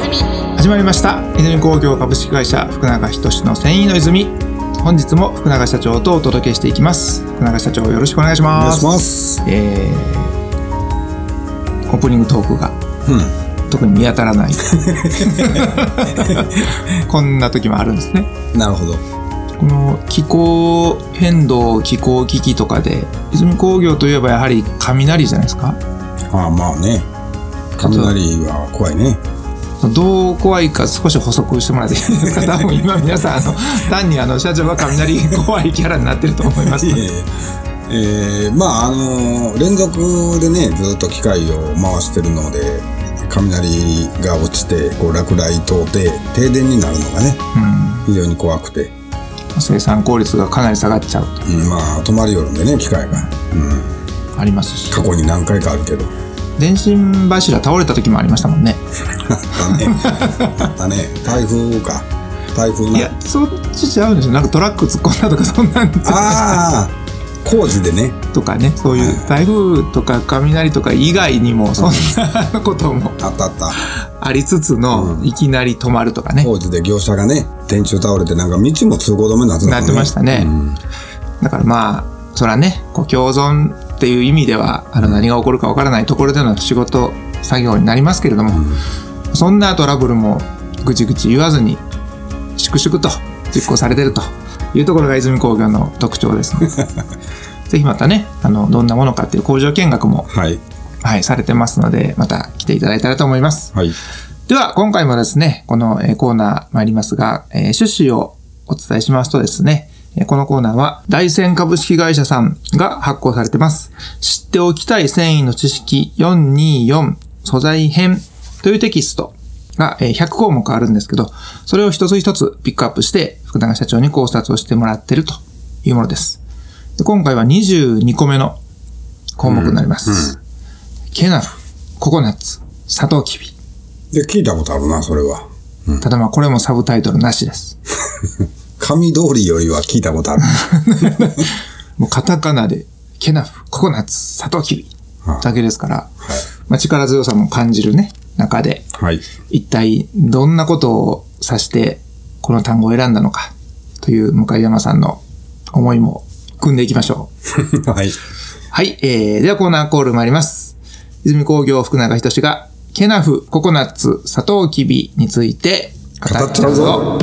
始まりました。泉工業株式会社福永仁の繊維の泉。本日も福永社長とお届けしていきます。福永社長、よろしくお願いします。 お願いします。 オープニングトークが、特に見当たらないこんな時もあるんですね。 なるほど。 この気候変動、気候危機とかで泉工業といえばやはり雷じゃないですか。 まあね、雷は怖いね。 どう怖いか少し補足してもらっていいですか。多分今皆さん単に社長が雷怖いキャラになってると思います。 連続でねずっと機械を回してるので、雷が落ちて落雷等で停電になるのがね、非常に怖くて生産効率がかなり下がっちゃうと、 止まりよるんでね、機械が、 ありますし、 過去に何回かあるけど電信柱倒れた時もありましたもんね。 あったね。台風な。 いや、そっちちゃうんですよ。なんかトラック突っ込んだとかそんなんじゃないですか。 工事でねとかね、そういう台風とか雷とか以外にもそんなこともありつつの、いきなり止まるとかね。 工事で業者がね電柱倒れてなんか道も通行止めになってたもんね。 なってましたね。だからそらね、共存っていう意味では何が起こるか分からないところでの仕事作業になりますけれども、そんなトラブルもぐちぐち言わずに粛々と実行されているというところが泉工業の特徴ですね。ぜひまたね、どんなものかっていう工場見学も、されてますので、また来ていただいたらと思います。では今回もですね、このコーナー参りますが、趣旨をお伝えしますとですね、このコーナーは大山株式会社さんが発行されてます。知っておきたい繊維の知識424素材編というテキストが100項目あるんですけど、それを一つ一つピックアップして福永社長に考察をしてもらっているというものです。で、今回は22個目の項目になります。ケナフ、ココナッツ、サトウキビ。 で、聞いたことあるな、それは。 ただこれもサブタイトルなしです。 紙通りよりは聞いたことある。 もうカタカナでケナフ、ココナッツ、サトウキビだけですから、力強さも感じるね中で、一体どんなことを指してこの単語を選んだのかという向山さんの思いも組んでいきましょう。ではコーナーコール参ります。泉工業福永仁がケナフ、ココナッツ、サトウキビについて語っちゃうぞ。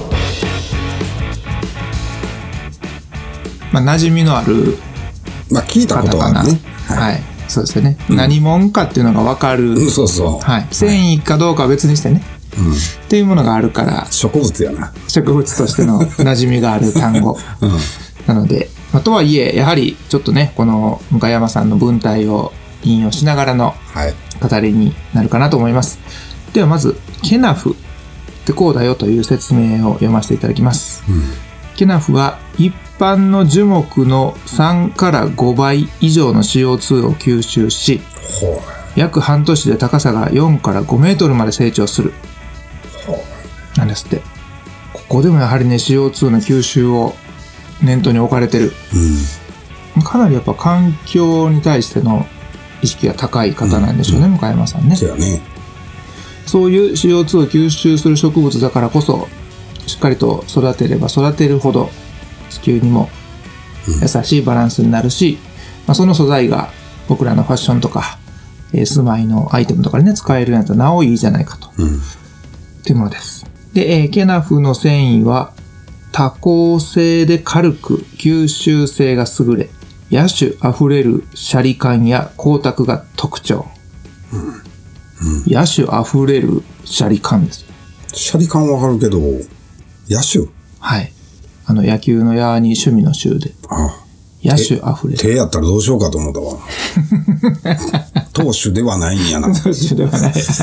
馴染みのある、 聞いたことはあるね。 そうですよね。何者かっていうのが分かる。繊維かどうかは別にしてね。っていうものがあるから。 植物やな。 植物としての馴染みがある単語。なので、とはいえ、やはりちょっとね、この向山さんの文体を引用しながらの語りになるかなと思います。ではまず、ケナフってこうだよという説明を読ませていただきます。ケナフは一般の樹木の3から5倍以上の CO2 を吸収し、約半年で高さが4から5メートルまで成長する。なんですって。ここでもやはりね、CO2 の吸収を念頭に置かれてる。かなりやっぱ環境に対しての意識が高い方なんでしょうね、向山さんね。そういう CO2 を吸収する植物だからこそ、しっかりと育てれば育てるほど地球にも優しいバランスになるし、その素材が僕らのファッションとか、住まいのアイテムとかにね使えるんやったらなおいいじゃないかと、っていうものです。で、ケナフの繊維は多孔性で軽く吸収性が優れ、野趣あふれるシャリ感や光沢が特徴。野趣あふれるシャリ感です。 シャリ感わかるけど、野趣？ 野球の野に趣味の趣で。野趣あふれる。 手やったらどうしようかと思ったわ。投手ではないんやな。 投手ではない。ち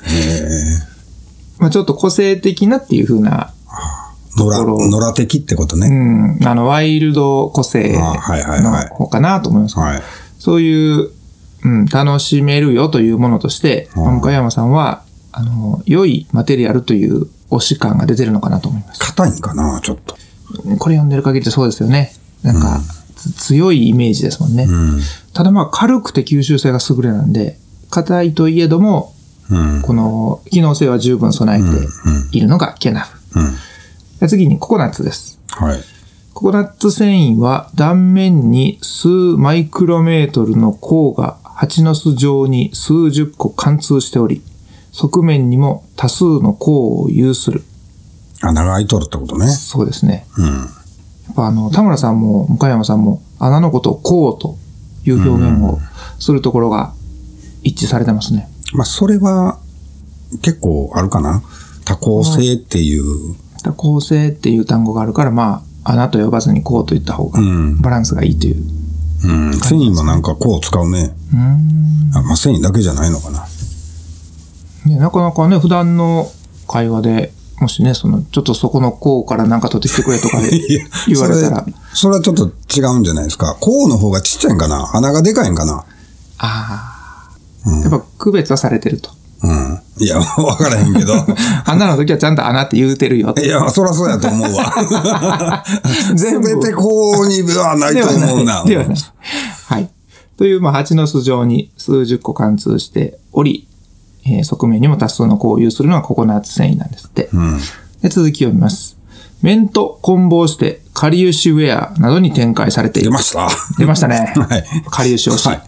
ょっと個性的なっていう風なところ。 野良的ってことね。 ワイルド個性の方かなと思います。そういう、楽しめるよというものとして、向山さんは、良いマテリアルという推し感が出てるのかなと思います。 硬いんかな、ちょっと。 これ読んでる限りでそうですよね。なんか、強いイメージですもんね。ただ軽くて吸収性が優れなんで、硬いといえども、 この機能性は十分備えているのがケナフ。次にココナッツです。 はい。 ココナッツ繊維は断面に数マイクロメートルの鉱が蜂の巣状に数十個貫通しており、側面にも多数の鉱を有する。 穴が開いとるってことね。 そうですね。やっぱ田村さんも向山さんも穴のことを鉱という表現をするところが一致されてますね。 まあそれは結構あるかな。多孔性っていう。 多孔性っていう単語があるから、まあ穴と呼ばずに鉱と言った方がバランスがいいという。 繊維もなんか鉱を使うね。まあ繊維だけじゃないのかな。 なかなかね、普段の会話で、もしね、ちょっとそこの鉱からなんか取ってきてくれとかで言われたら。 それはちょっと違うんじゃないですか。鉱の方がちっちゃいんかな。穴がでかいんかな。 やっぱ区別はされてると。 いや、わからへんけど。 穴の時はちゃんと穴って言うてるよ。 いや、そらそうやと思うわ。全て鉱にはないと思うな。 ではない。はい。という、蜂の巣状に数十個貫通しており、側面にも多数の鉱を有するのがココナッツ繊維なんですって。で、続きを見ます。綿と混紡してかりゆしウェアなどに展開されている。 出ました。 出ましたね。はい。かりゆし推し。はい。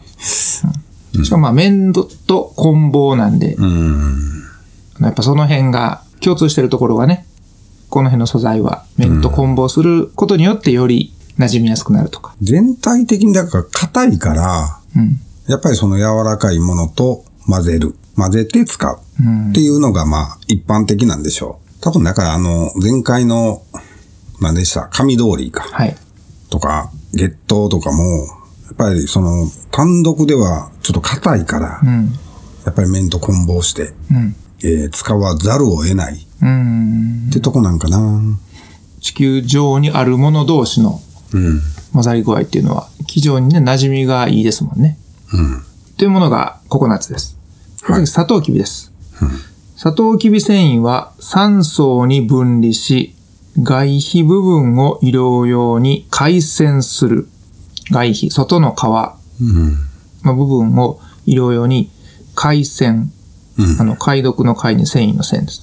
しかも綿と混紡なんで、やっぱその辺が共通してるところがね、この辺の素材は綿と混紡することによってより馴染みやすくなるとか。 全体的にだから硬いから、やっぱりその柔らかいものと混ぜて使うっていうのが一般的なんでしょう。多分だから前回の何でした紙通りか、はい、とか月桃とかもやっぱりその単独ではちょっと硬いから、やっぱり綿と混紡して、使わざるを得ないってとこなんかな。 地球上にあるもの同士の混ざり具合っていうのは非常にね馴染みがいいですもんね。というものがココナッツです。次、サトウキビです。サトウキビ繊維は3層に分離し、外皮部分を医療用に回線する。外皮、外の皮の部分を医療用に回線。解読の解に繊維の線です。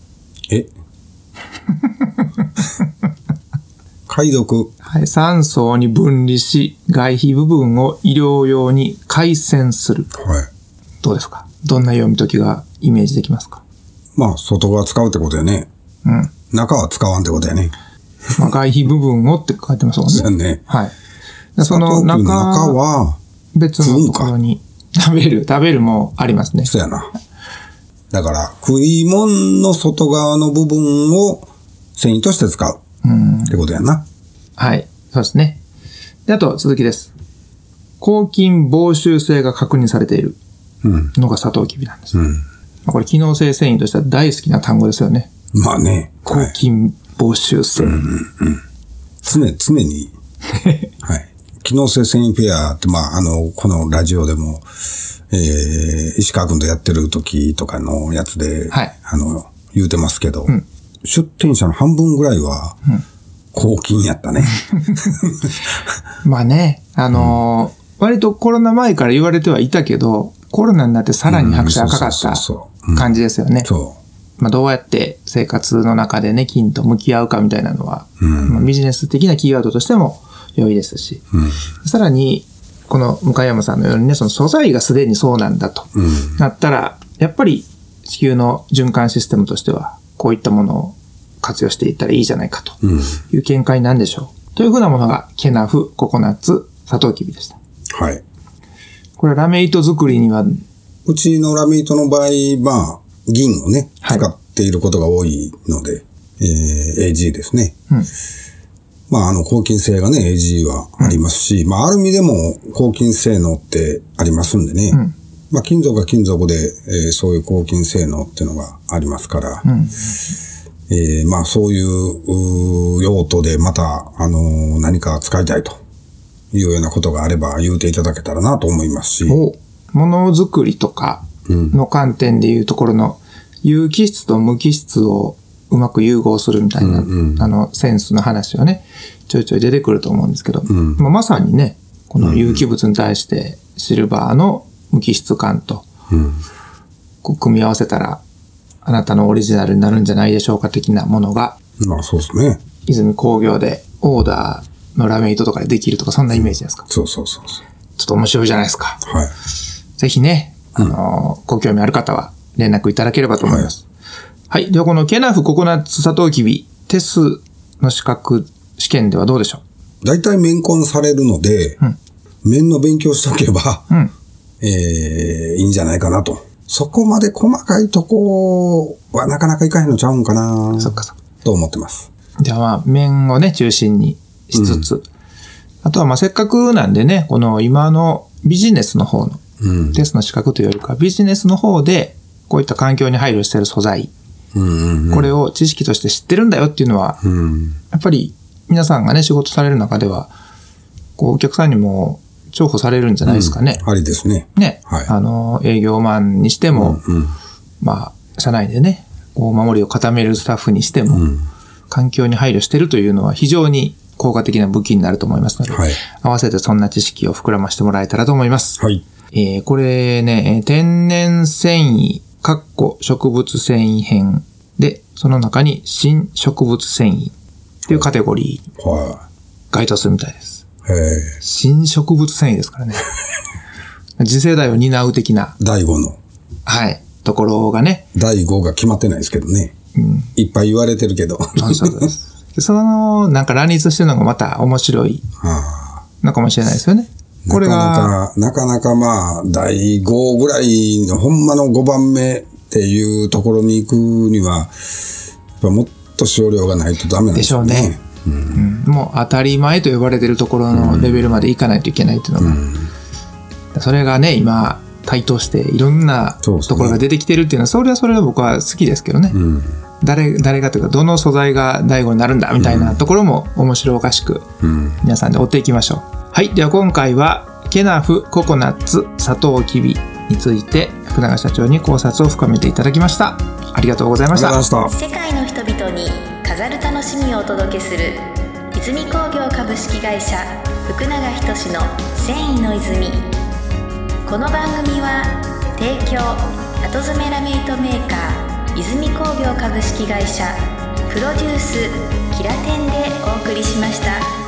解読。 はい。3層に分離し、外皮部分を医療用に回線する。はい。どうですか？どんな読み解きがイメージできますか？ 外側使うってことやね。中は使わんってことやね。 外皮部分をって書いてますもんね。 そうね。 はい。その中は別のところに食べるもありますね。 そうやな。だから、食い物の外側の部分を繊維として使うってことやな。 はい。そうですね。で、あと続きです。抗菌防臭性が確認されているのがサトウキビなんです。これ機能性繊維としては大好きな単語ですよね。 まあね。 抗菌防臭性。 常に。はい。機能性繊維フェアって、このラジオでも、石川くんとやってる時とかのやつで、はい、言うてますけど、出店者の半分ぐらいは、抗菌やったね。 ね、割とコロナ前から言われてはいたけど、コロナになってさらに拍車がかかった感じですよね。どうやって生活の中でね、菌と向き合うかみたいなのは、ビジネス的なキーワードとしても良いですし、さらに、この向山さんのようにね、その素材がすでにそうなんだと、なったら、やっぱり地球の循環システムとしては、こういったものを活用していったらいいじゃないかという見解なんでしょう。というふうなものが、ケナフ、ココナッツ、サトウキビでした。 はい。 これラメ糸作りには、 うちのラメ糸の場合、銀をね、使っていることが多いので、AG ですね。抗菌性がね、AG はありますし、アルミでも抗菌性能ってありますんでね。金属は金属で、そういう抗菌性能っていうのがありますから、そういう用途でまた、何か使いたいというようなことがあれば言うていただけたらなと思いますし。 ものづくりとかの観点でいうところの有機質と無機質をうまく融合するみたいな、センスの話はね、ちょいちょい出てくると思うんですけど、まさにね、この有機物に対してシルバーの無機質感と、 こう組み合わせたらあなたのオリジナルになるんじゃないでしょうか的なものが、 まあそうですね。 泉工業でオーダーのラメ糸とかでできるとか、そんなイメージですか？ そうそうそう。 ちょっと面白いじゃないですか。 はい。 ぜひね、ご興味ある方は連絡いただければと思います。はい。ではこのケナフココナッツサトウキビ、テスの資格試験ではどうでしょう？大体面コンされるので、面の勉強しとけば、いいんじゃないかなと。そこまで細かいとこはなかなかいかへんのちゃうんかな。 そっかそっか。 と思ってます。 じゃあまあ、面をね、中心にしつつ、あとはまあせっかくなんでね、この今のビジネスの方の、テストの資格というよりか、ビジネスの方で、こういった環境に配慮している素材、これを知識として知ってるんだよっていうのは、やっぱり皆さんがね、仕事される中では、こうお客さんにも重宝されるんじゃないですかね。 ありですね。 ね。 はい、 営業マンにしても、まあ、社内でね、こう守りを固めるスタッフにしても、環境に配慮しているというのは非常に効果的な武器になると思いますので、合わせてそんな知識を膨らましてもらえたらと思います。 はい。 これね、天然繊維、植物繊維編で、その中に新植物繊維っていうカテゴリーに該当するみたいです。新植物繊維ですからね。次世代を担う的な。 第5の。 はい。ところがね。 第5が決まってないですけどね。いっぱい言われてるけど。 そうです。その、なんか乱立してるのがまた面白いのかもしれないですよね。これが。 なかなかまあ、第5ぐらいの、ほんまの5番目っていうところに行くには、やっぱもっと少量がないとダメなんですよね。 でしょうね。もう当たり前と呼ばれてるところのレベルまでいかないといけないっていうのが、それがね、今、台頭していろんなところが出てきてるっていうのは、それはそれで僕は好きですけどね。誰がというか、どの素材が第5になるんだみたいなところも面白おかしく、皆さんで追っていきましょう。はい。では今回は、ケナフココナッツサトウキビについて、福永社長に考察を深めていただきました。ありがとうございました。 世界の人々に飾る楽しみをお届けする泉工業株式会社福永仁の繊維の泉。この番組は提供後詰めラメイトメーカー泉工業株式会社プロデュースキラテンでお送りしました。